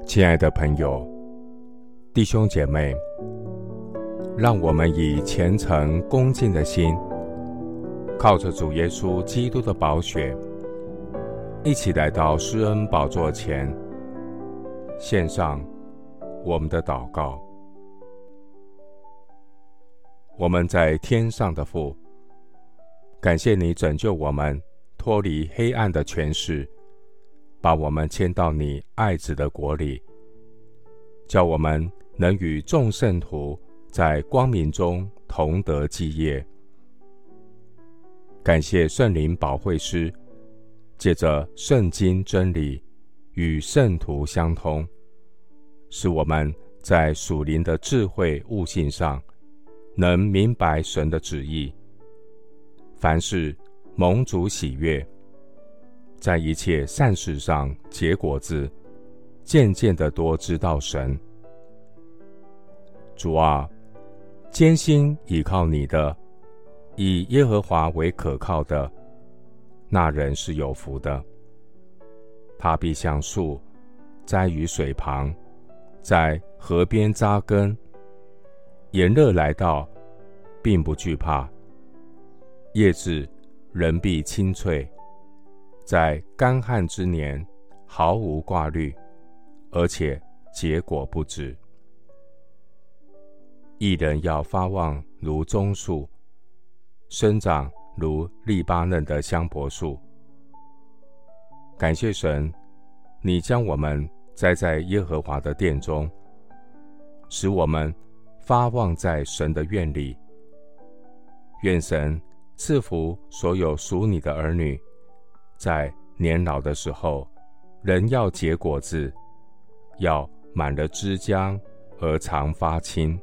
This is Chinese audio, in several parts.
亲爱的朋友、弟兄姐妹，让我们以虔诚恭敬的心，靠着主耶稣基督的宝血，一起来到施恩宝座前，献上我们的祷告。我们在天上的父，感谢你拯救我们脱离黑暗的权势，把我们迁到你爱子的国里，叫我们能与众圣徒在光明中同得基业。感谢圣灵保惠师，借着圣经真理与圣徒相通，使我们在属灵的智慧悟性上能明白神的旨意，凡事蒙主喜悦，在一切善事上结果子，渐渐的多知道神。主啊，艰辛倚靠你的，以耶和华为可靠的，那人是有福的。他必像树栽于水旁，在河边扎根，炎热来到，并不惧怕，叶子仍必青翠，在干旱之年毫无挂虑，而且结果不止。义人要发旺如棕树，生长如利巴嫩的香柏树。感谢神，你将我们栽在耶和华的殿中，使我们发旺在神的院里。愿神赐福所有属你的儿女，在年老的时候仍要结果子，要满了枝浆而常发青。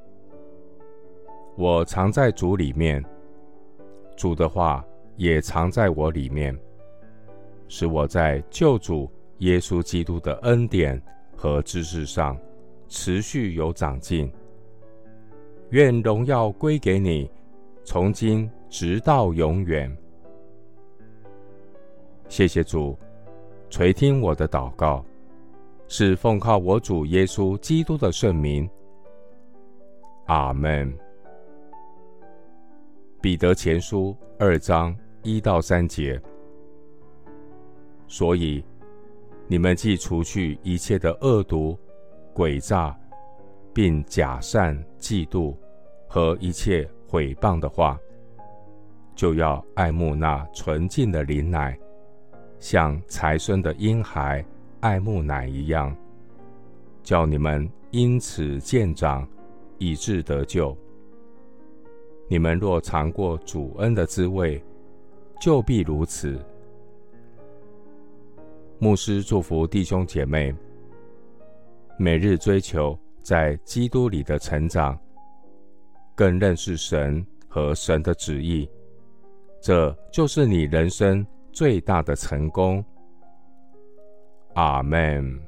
我常在主里面，主的话也常在我里面，使我在救主耶稣基督的恩典和知识上持续有长进。愿荣耀归给你，从今直到永远。谢谢主垂听我的祷告，是奉靠我主耶稣基督的圣名。阿们。彼得前书2章1到3节。所以你们既除去一切的恶毒、诡诈，并假善、嫉妒和一切毁谤的话，就要爱慕那纯净的灵奶，像才生的婴孩爱慕奶一样，叫你们因此渐长，以致得救。你们若尝过主恩的滋味，就必如此。牧师祝福弟兄姐妹，每日追求在基督里的成长，更认识神和神的旨意，这就是你人生最大的成功。阿们。